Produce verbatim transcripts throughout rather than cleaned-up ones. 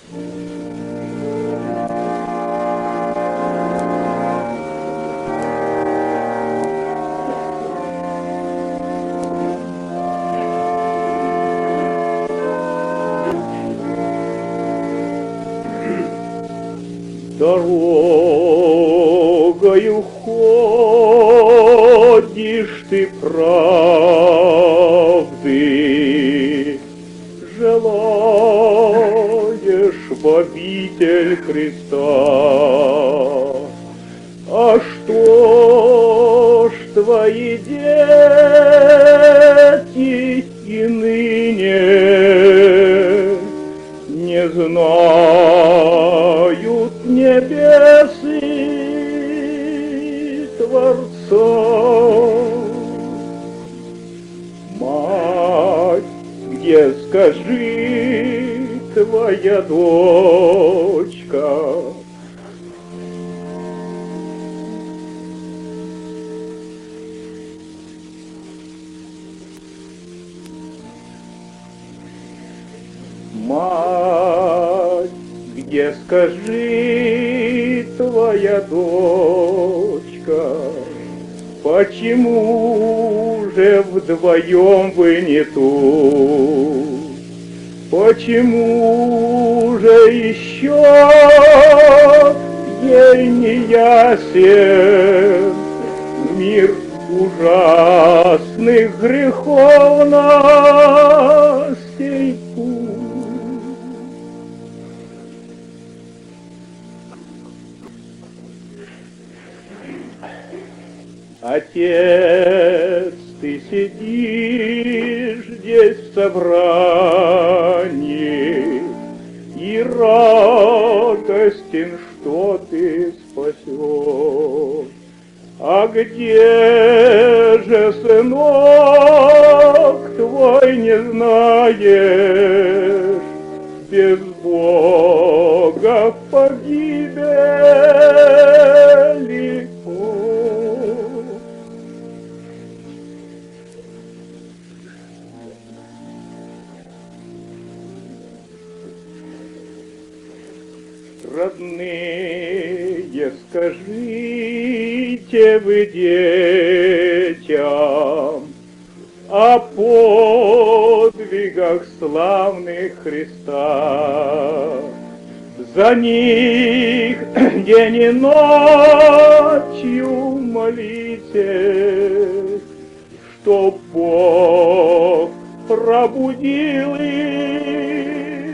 Дорогою ходишь ты правды, желаешь в обитель Христа. А что ж твои дети и ныне не знают небесы Творца? Мать, где, скажи, твоя дочка? Мать, где, скажи, твоя дочка? Почему же вдвоем вы не тут? Почему же еще ей не ясен мир ужасных грехов на сей путь? Отец, ты сидишь здесь в собрании и радостен, что ты спасен. А где же сынок твой, не знаешь, без Бога погибели? Родные, скажите вы детям о подвигах славных Христа. За них день и ночью молитесь, чтоб Бог пробудил их.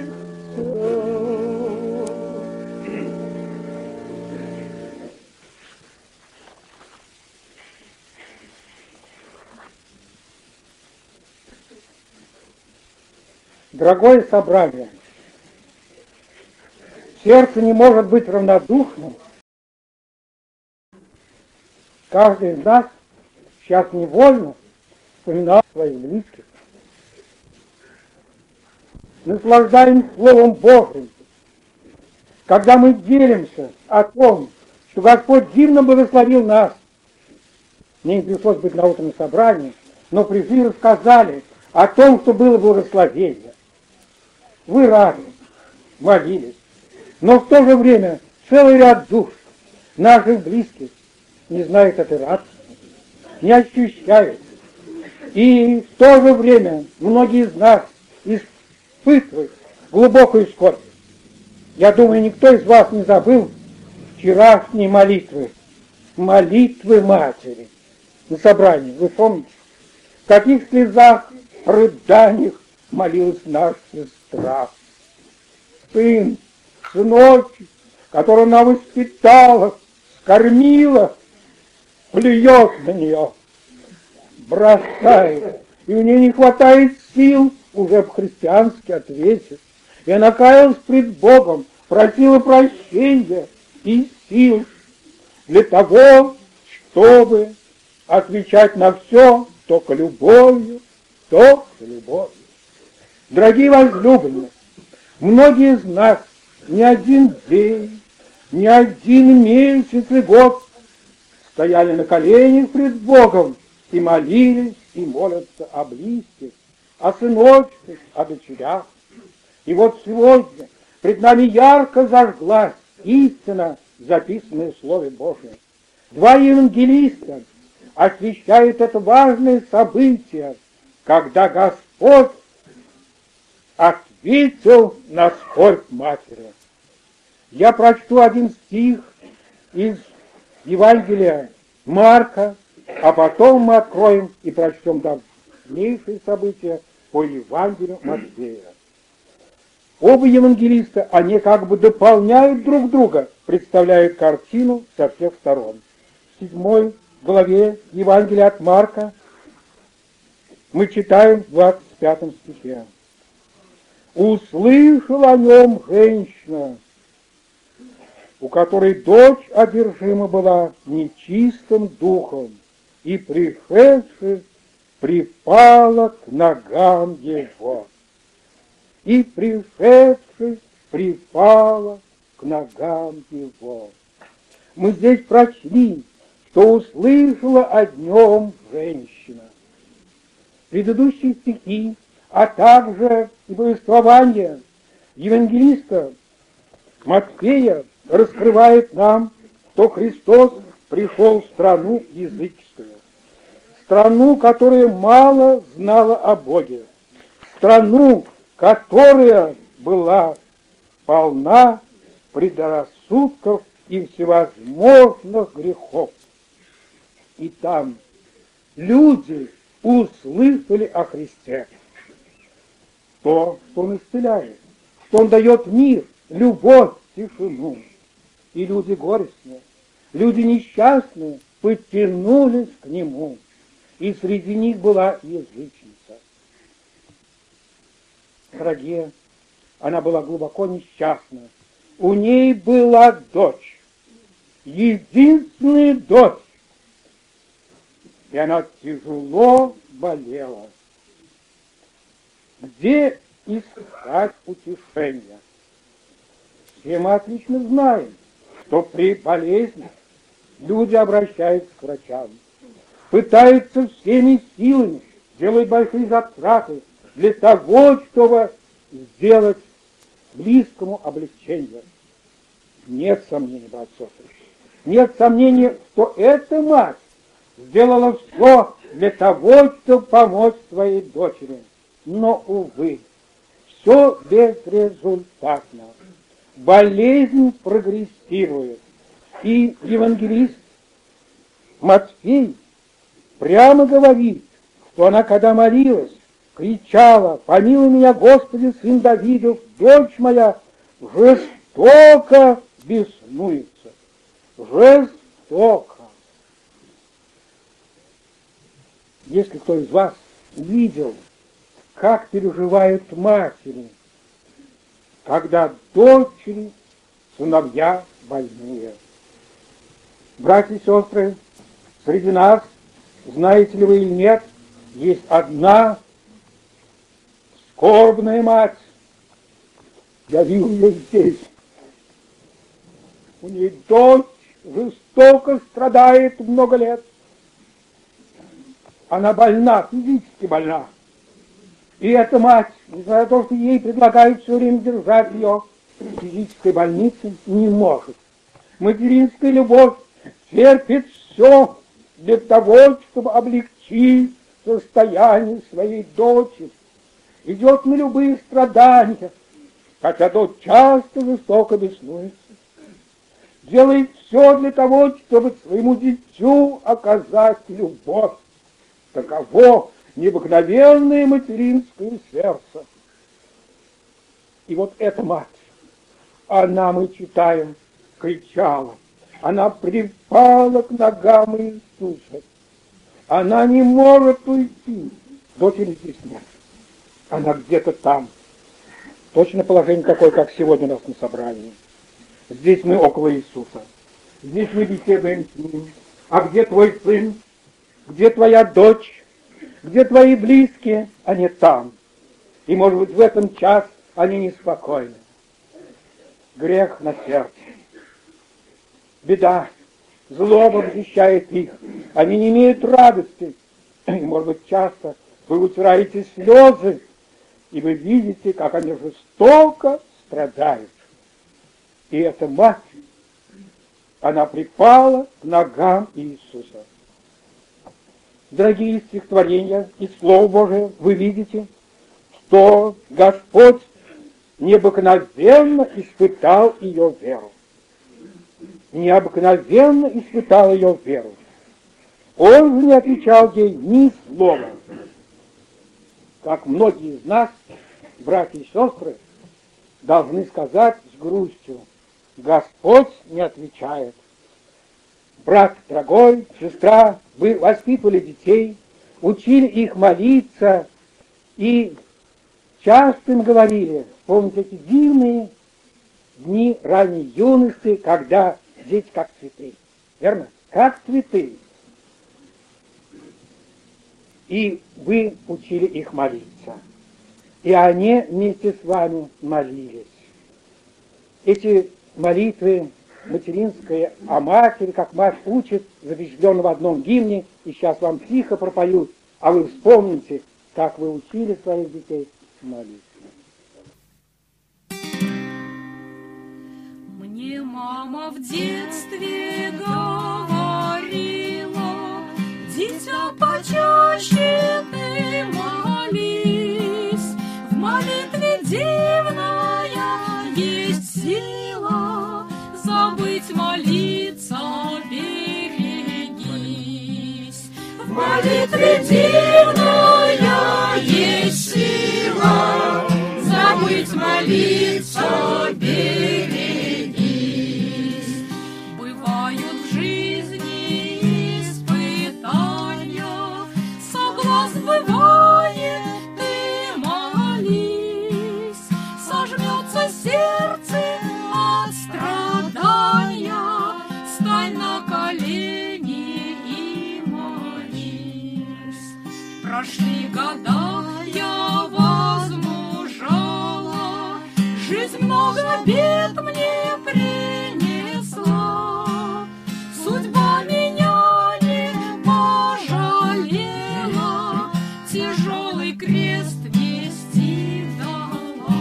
Дорогое собрание, сердце не может быть равнодушным. Каждый из нас сейчас невольно вспоминает своих близких. Наслаждаемся Словом Божьим, когда мы делимся о том, что Господь дивно благословил нас. Мне не пришлось быть на утреннем собрании, но пришли и рассказали о том, что было благословение. Вы рады, молились, но в то же время целый ряд душ наших близких не знает этой радости, не ощущает. И в то же время многие из нас испытывают глубокую скорбь. Я думаю, никто из вас не забыл вчерашней молитвы, молитвы матери на собрании. Вы помните, в каких слезах, рыданиях молилась наша сестра. Сын, сыночек, которого она воспитала, скормила, плюет на нее, бросает, и у нее не хватает сил уже по-христиански ответить. И она каялась пред Богом, просила прощения и сил для того, чтобы отвечать на все только любовью, только любовью. Дорогие возлюбленные, многие из нас ни один день, ни один месяц и год стояли на коленях пред Богом и молились, и молятся о близких, о сыночках, о дочерях. И вот сегодня, Пред нами ярко зажглась истина, записанная в Слове Божьем. Два евангелиста освещают это важное событие, когда Господь ответил на скорбь матери. Я прочту один стих из Евангелия Марка, а потом мы откроем и прочтем дальнейшие события по Евангелию Матфея. Оба евангелиста, они как бы дополняют друг друга, представляют картину со всех сторон. В седьмой главе Евангелия от Марка мы читаем в двадцать пятом стихе. «Услышала о нем женщина, у которой дочь одержима была нечистым духом, и, пришедши, припала к ногам его». И, пришедши, припала к ногам его. Мы здесь прочли, что услышала о нем женщина. Предыдущие стихи, а также и повествование евангелиста Матфея раскрывает нам, что Христос пришел в страну языческую, страну, которая мало знала о Боге, страну, которая была полна предрассудков и всевозможных грехов. И там люди услышали о Христе. То, что Он исцеляет, что Он дает мир, любовь, тишину. И люди горестные, люди несчастные потянулись к Нему. И среди них была язычница. Дорогие, она была глубоко несчастна. У ней была дочь, единственная дочь, и она тяжело болела. Где искать утешения? Все мы отлично знаем, что при болезни люди обращаются к врачам, пытаются всеми силами, делать большие затраты для того, чтобы сделать близкому облегчение. Нет сомнений, братцы, нет сомнений, что эта мать сделала все для того, чтобы помочь своей дочери. Но, увы, все безрезультатно. Болезнь прогрессирует. И евангелист Матфей прямо говорит, что она, когда молилась, кричала: «Помилуй меня, Господи, сын Давидов, дочь моя жестоко беснуется». Жестоко. Если кто из вас видел, как переживают матери, когда дочери, сыновья больные. Братья и сестры, среди нас, знаете ли вы или нет, есть одна скорбная мать. Я видел ее здесь. У нее дочь жестоко страдает много лет. Она больна, физически больна. И эта мать, несмотря на то, что ей предлагают все время держать ее в физической больнице, не может. Материнская любовь терпит все для того, чтобы облегчить состояние своей дочери. Идет на любые страдания, хотя дочь часто жестоко беснуется. Делает все для того, чтобы своему дитю оказать любовь. Таково необыкновенное материнское сердце. И вот эта мать, она, мы читаем, кричала. Она припала к ногам Иисуса. Она не может уйти. Дочери здесь нет. Она где-то там. Точно положение такое, как сегодня у нас на собрании. Здесь мы около Иисуса. Здесь мы беседуем с Ним. А где твой сын? Где твоя дочь? Где твои близкие? Они там. И, может быть, в этом час они неспокойны. Грех на сердце. Беда. Злоба обещает их. Они не имеют радости. И, может быть, часто вы утираете слезы, и вы видите, как они жестоко страдают. И эта мать, она припала к ногам Иисуса. Дорогие стихотворения из Слова Божия, вы видите, что Господь необыкновенно испытал ее веру. Необыкновенно испытал ее веру. Он же не отвечал ей ни слова. Как многие из нас, братья и сестры, должны сказать с грустью: Господь не отвечает. Брат дорогой, сестра, вы воспитывали детей, учили их молиться, и часто им говорили, помните эти дивные дни ранней юности, когда дети как цветы, верно? Как цветы. И вы учили их молиться. И они вместе с вами молились. Эти молитвы материнская о матери, как мать учит, запечатлено в одном гимне, и сейчас вам тихо пропоют, а вы вспомните, как вы учили своих детей молиться. Мне мама в детстве говорила: дитя, почаще ты молись, в молитве дивная есть сила, забыть молиться берегись. В молитве дивная есть сила, забыть молиться берегись. Бывают в жизни испытания, соблазн бывает, ты молись, сожмется сердце от страдания, стань на колени и молись. Прошли года, я возмужала, жизнь много бед мне принесла, судьба меня не пожалела, тяжелый крест нести дала.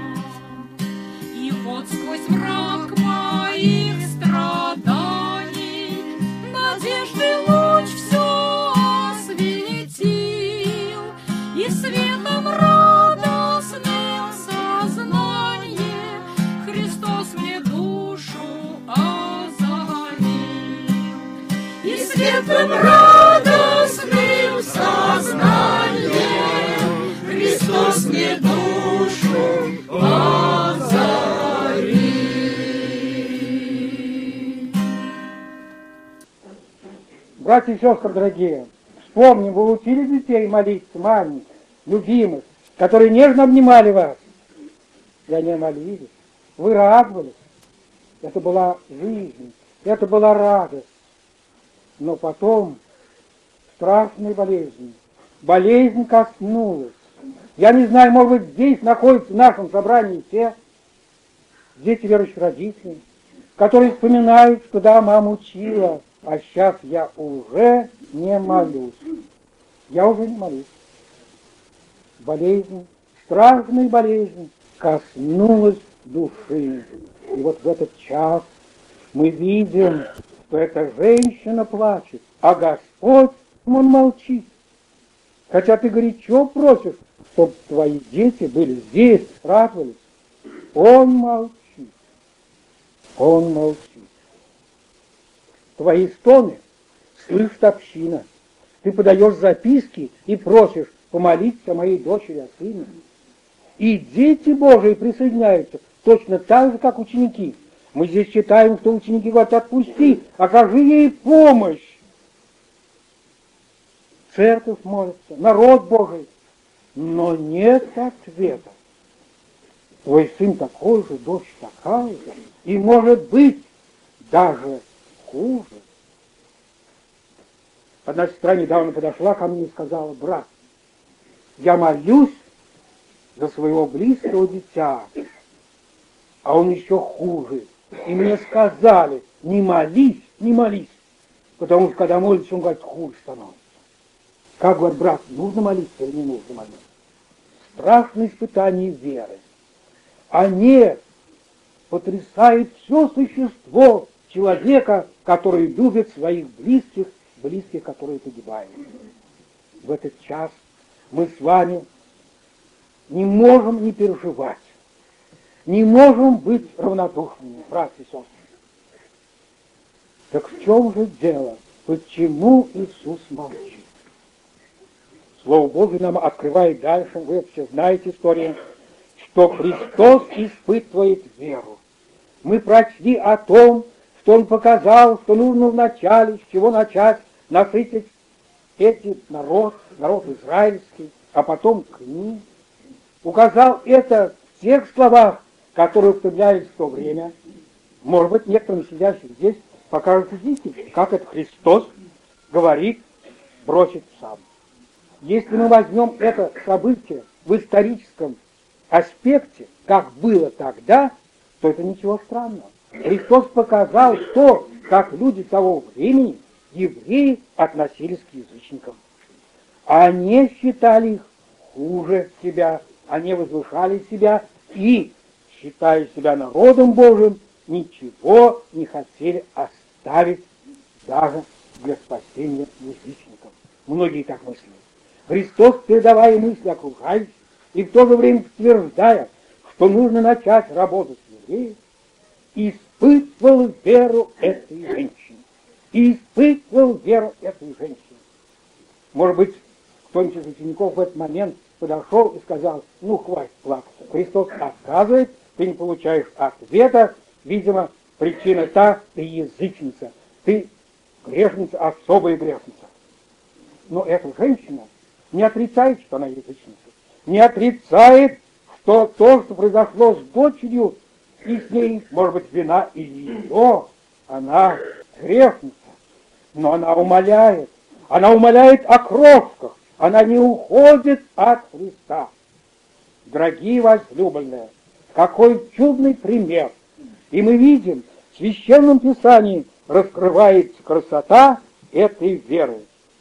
И вот сквозь мрак моих страданий надежды луч все осветил, и светом радостным сознание Христос мне душу озарил. И светом радостным сознанием Христос мне душу озарил. Братья и сестры дорогие, вспомним, вы учили детей молиться, маленьких, любимых, которые нежно обнимали вас. И они молились. Вы радовались. Это была жизнь, это была радость. Но потом страшная болезнь. Болезнь коснулась. Я не знаю, может быть, здесь находятся в нашем собрании те дети верующих родителей, которые вспоминают, что да, мама учила, а сейчас я уже не молюсь. Я уже не молюсь. Болезнь, страшная болезнь коснулась души. И вот в этот час мы видим, что эта женщина плачет, а Господь, Он молчит. Хотя ты горячо просишь, чтобы твои дети были здесь, радовались. Он молчит. Он молчит. Твои стоны слышит община. Ты подаешь записки и просишь помолиться о моей дочери, о сыне. И дети Божии присоединяются точно так же, как ученики. Мы здесь читаем, что ученики говорят: отпусти, окажи ей помощь. Церковь молится, народ Божий, но нет ответа. Твой сын такой же, дочь такая же, и может быть даже хуже. Одна сестра недавно подошла ко мне и сказала: брат, я молюсь за своего близкого дитя, а он еще хуже. И мне сказали: не молись, не молись, потому что когда молится, он говорит, хуже становится. Как говорит брат, нужно молиться или не нужно молиться? Страшное испытание веры. А нет, потрясает все существо человека, который любит своих близких, близких, которые погибают. В этот час мы с вами не можем не переживать, не можем быть равнодушными, братья и сестры. Так в чем же дело? Почему Иисус молчит? Слово Божие нам открывает дальше, вы все знаете историю, что Христос испытывает веру. Мы прочли о том, что Он показал, что нужно вначале, с чего начать, насытить эти народ, народ израильский, а потом к ним. Указал это в тех словах, которые употреблялись в то время. Может быть, некоторым сидящим здесь покажется диким, как это Христос говорит, бросит сам. Если мы возьмем это событие в историческом аспекте, как было тогда, то это ничего странного. Христос показал то, как люди того времени, евреи, относились к язычникам. Они считали их хуже себя, они возвышали себя и, считая себя народом Божьим, ничего не хотели оставить даже для спасения язычников. Многие так мыслили. Христос, передавая мысли окружающих, и в то же время подтверждая, что нужно начать работу с евреем, испытывал веру этой женщины. Испытывал веру этой женщины. Может быть, кто-нибудь из учеников в этот момент подошел и сказал: ну, хватит плакаться. Христос отказывает, ты не получаешь ответа. Видимо, причина та: ты язычница, ты грешница, особая грешница. Но эта женщина не отрицает, что она язычница. Не отрицает, что то, что произошло с дочерью, и с ней, может быть, вина и ее, она грешница. Но она умоляет, она умоляет о крошках, она не уходит от Христа. Дорогие возлюбленные, какой чудный пример! И мы видим, в Священном Писании раскрывается красота этой веры.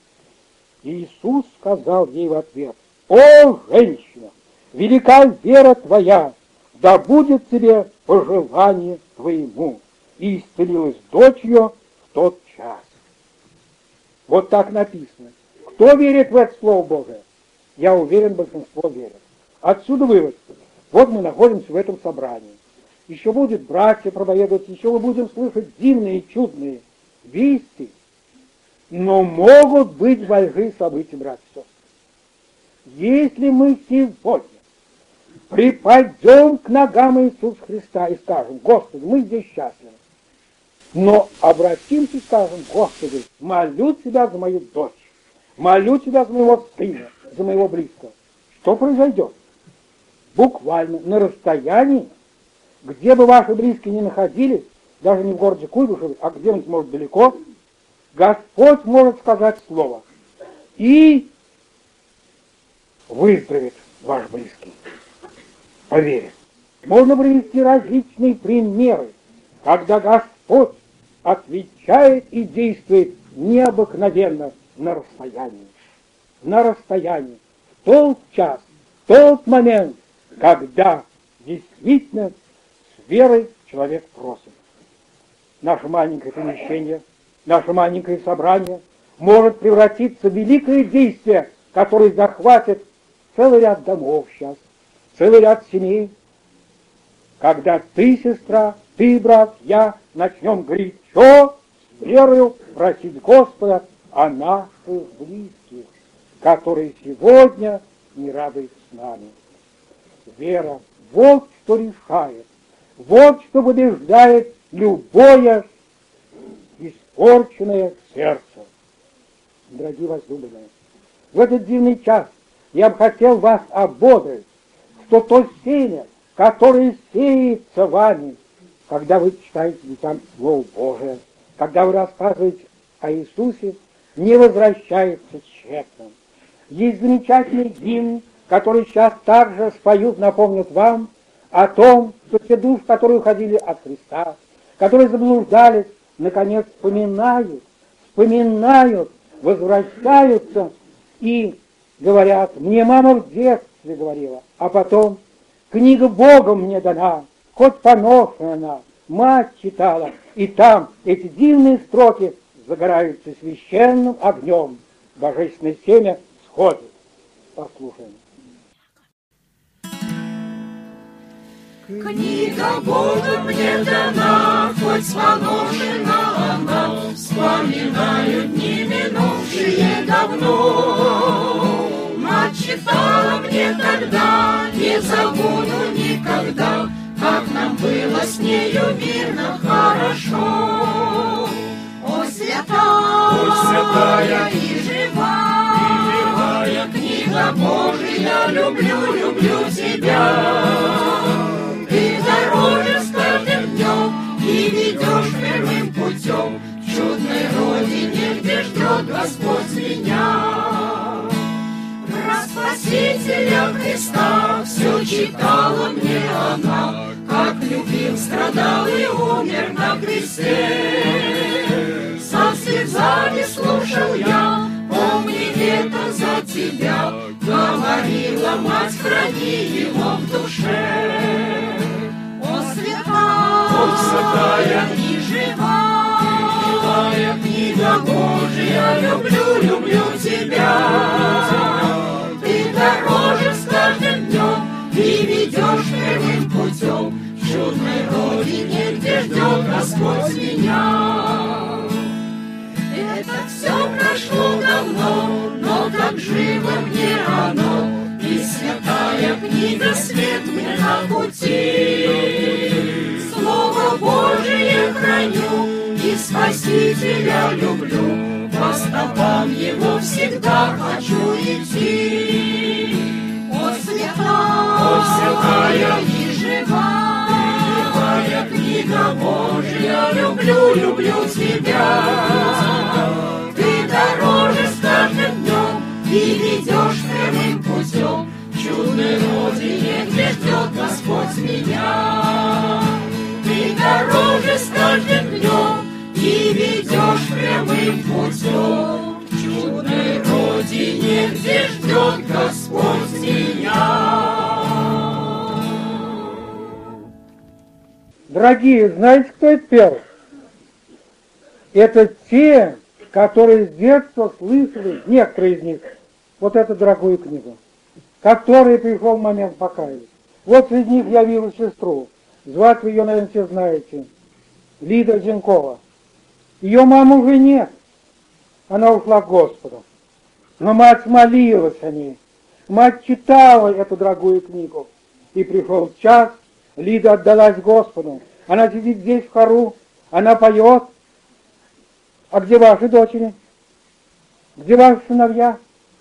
И Иисус сказал ей в ответ: «О, женщина, велика вера твоя, да будет тебе по желанию твоему». И исцелилась дочь ее в тот час. Вот так написано. Кто верит в это Слово Божие? Я уверен, большинство верит. Отсюда вывод. Вот мы находимся в этом собрании. Еще будет братья проповедовать, еще мы будем слышать дивные и чудные вести. Но могут быть во лжи события, братья и сестры. Если мы сегодня припадем к ногам Иисуса Христа и скажем: Господи, мы здесь счастливы, но обратимся и скажем: Господи, молю Тебя за мою дочь, молю Тебя за моего сына, за моего близкого, что произойдет? Буквально на расстоянии, где бы ваши близкие ни находились, даже не в городе Куйбышеве, а где-нибудь, может, далеко, Господь может сказать слово, и выздоровеет ваш близкий. Поверьте. Можно привести различные примеры, когда Господь отвечает и действует необыкновенно на расстоянии. На расстоянии. В тот час, в тот момент, когда действительно с верой человек просит. Наше маленькое помещение, наше маленькое собрание может превратиться в великое действие, которое захватит целый ряд домов сейчас, целый ряд семей. Когда ты, сестра, ты, брат, я начнем горячо с верою просить Господа о наших близких, которые сегодня не радуют с нами. Вера — вот что решает, вот что побеждает любое испорченное сердце. Дорогие возлюбленные, в этот дивный час я бы хотел вас ободрить, что то семя, которое сеется вами, когда вы читаете там Слово Божие, когда вы рассказываете о Иисусе, не возвращается тщетным. Есть замечательный гимн, который сейчас также споют, напомнят вам о том, что те души, которые уходили от Христа, которые заблуждались, наконец вспоминают, вспоминают, возвращаются и говорят: мне мама в детстве говорила, а потом книга Богом мне дана, хоть поношена она, мать читала, и там эти дивные строки загораются священным огнем. Божественное семя сходит. Послушаем. Книга Бога мне дана, хоть поношена она, вспоминаю дни минувшие давно. Мать читала мне тогда, не забуду никогда, как нам было с нею мирно хорошо. О, святая, О, святая и живая, и живая книга Божия, люблю, люблю тебя. Ты дороже с каждым днем и ведешь прямым путем к чудной родине, где ждет Господь меня. Про Спасителя Христа все читала мне она, как любил, страдал и умер на кресте. Со слезами слушал я, помни это за тебя, говорила мать, храни его в душе. О, святая, святая и живая, книга Божия, люблю, люблю тебя. Ты дороже с каждым днем и ведешь прямым путем к чудной родине, где ждет Господь меня. Это все прошло давно, но как живо мне оно, и святая книга свет мне на пути. Слово Божие храню и Спасителя люблю, по стопам его всегда хочу идти. О, святая, О, святая и живая, книга Божия, люблю, люблю тебя. Ты дороже с каждым днем и ведешь прямым путем к чудной родине, где ждет Господь меня. Ты дороже с каждым днем и ведешь прямым путем к чудной родине, где ждет Господь меня. Дорогие, знаете, кто это пел? Это те, которые с детства слышали, некоторые из них, вот эту дорогую книгу, которой пришел момент покаяния. Вот среди них я вижу сестру. Звать вы ее, наверное, все знаете. Лида Зенкова. Ее мамы уже нет. Она ушла к Господу. Но мать молилась о ней. Мать читала эту дорогую книгу. И пришел час, Лида отдалась Господу. Она сидит здесь в хору, она поет. А где ваши дочери? Где ваши сыновья?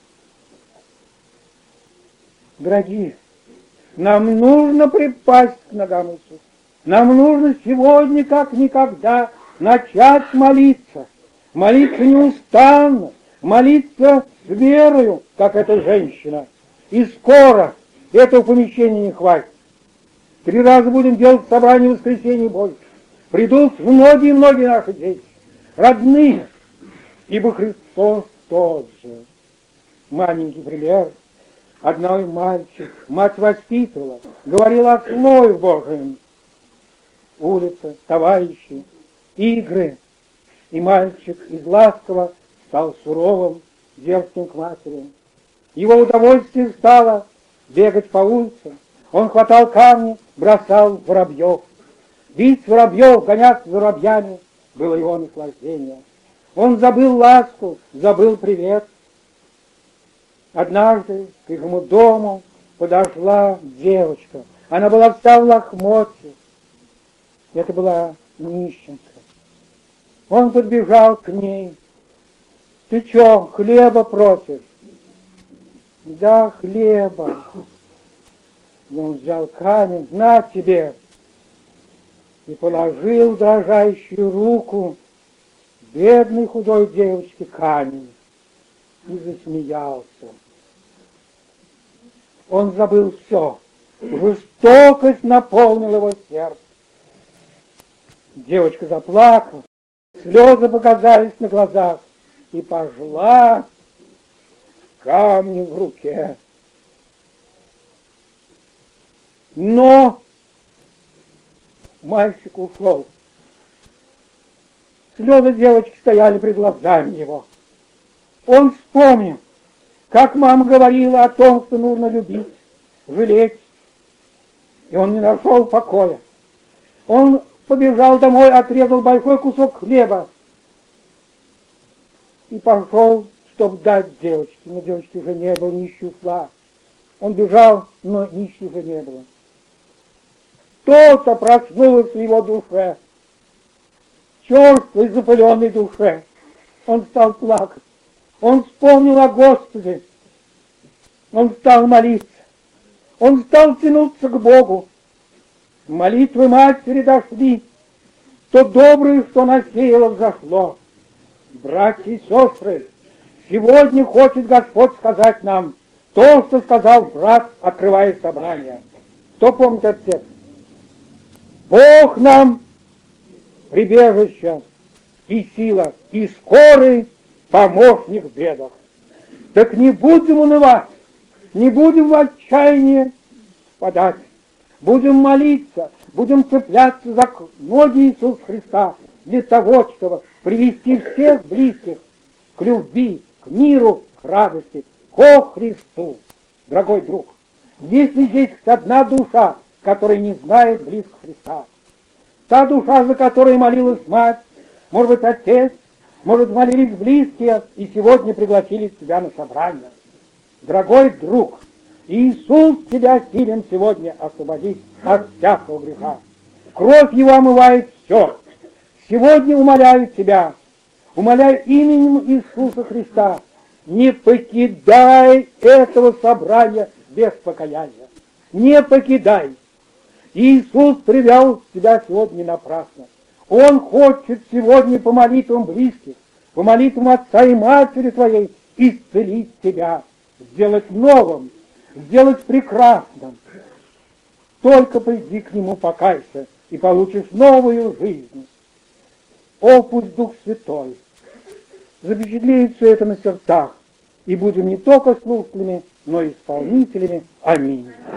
Дорогие, нам нужно припасть к ногам Иисуса. Нам нужно сегодня, как никогда, начать молиться. Молиться неустанно, молиться с верою, как эта женщина. И скоро этого помещения не хватит. Три раза будем делать собрание в воскресенье Божье. Придут многие-многие наши дети, родные, ибо Христос тот же. Маленький пример. Одной мальчик, мать воспитывала, говорила о Слове Божьем. Улица, товарищи, игры. И мальчик из ласкового стал суровым, дерзким к матери. Его удовольствие стало бегать по улице. Он хватал камни, бросал в воробьев. Бить воробьев, гоняться за воробьями было его наслаждение. Он забыл ласку, забыл привет. Однажды к его дому подошла девочка. Она была вся в лохмотье. Это была нищенка. Он подбежал к ней. Ты чё, хлеба просишь? Да, хлеба. И он взял камень, на тебе, и положил дрожащую руку бедной худой девочке камень и засмеялся. Он забыл все. Жестокость наполнила его сердце. Девочка заплакала, слезы показались на глазах и пошла с камнем в руке. Но мальчик ушел. Слезы девочки стояли пред глазами его. Он вспомнил, как мама говорила о том, что нужно любить, жалеть. И он не нашел покоя. Он побежал домой, отрезал большой кусок хлеба и пошел, чтобы дать девочке. Но девочки уже не было, нищий ушла. Он бежал, но нищий уже не было. Что-то проснулось в его душе, черствой запыленной душе. Он стал плакать. Он вспомнил о Господе. Он стал молиться. Он стал тянуться к Богу. Молитвы матери дошли. То доброе, что насеяло, взошло. Братья и сестры, сегодня хочет Господь сказать нам то, что сказал брат, открывая собрание. Кто помнит этот текст? Бог нам прибежище и сила, и скорый помощник в бедах. Так не будем унывать, не будем в отчаянии впадать. Будем молиться, будем цепляться за ноги Иисуса Христа для того, чтобы привести всех близких к любви, к миру, к радости, ко Христу. Дорогой друг, если здесь хоть одна душа, которая не знает близко Христа, та душа, за которой молилась мать, может быть, отец, может, молились близкие и сегодня пригласили тебя на собрание. Дорогой друг, Иисус тебя силен сегодня освободить от всякого греха. Кровь Его омывает все. Сегодня умоляю тебя, умоляю именем Иисуса Христа, не покидай этого собрания без покаяния. Не покидай. Иисус привел тебя сегодня не напрасно. Он хочет сегодня по молитвам близких, по молитвам отца и матери твоей исцелить тебя, сделать новым, сделать прекрасным. Только приди к Нему, покайся, и получишь новую жизнь. О, пусть Дух Святой запечатлеет все это на сердцах, и будем не только слушателями, но и исполнителями. Аминь.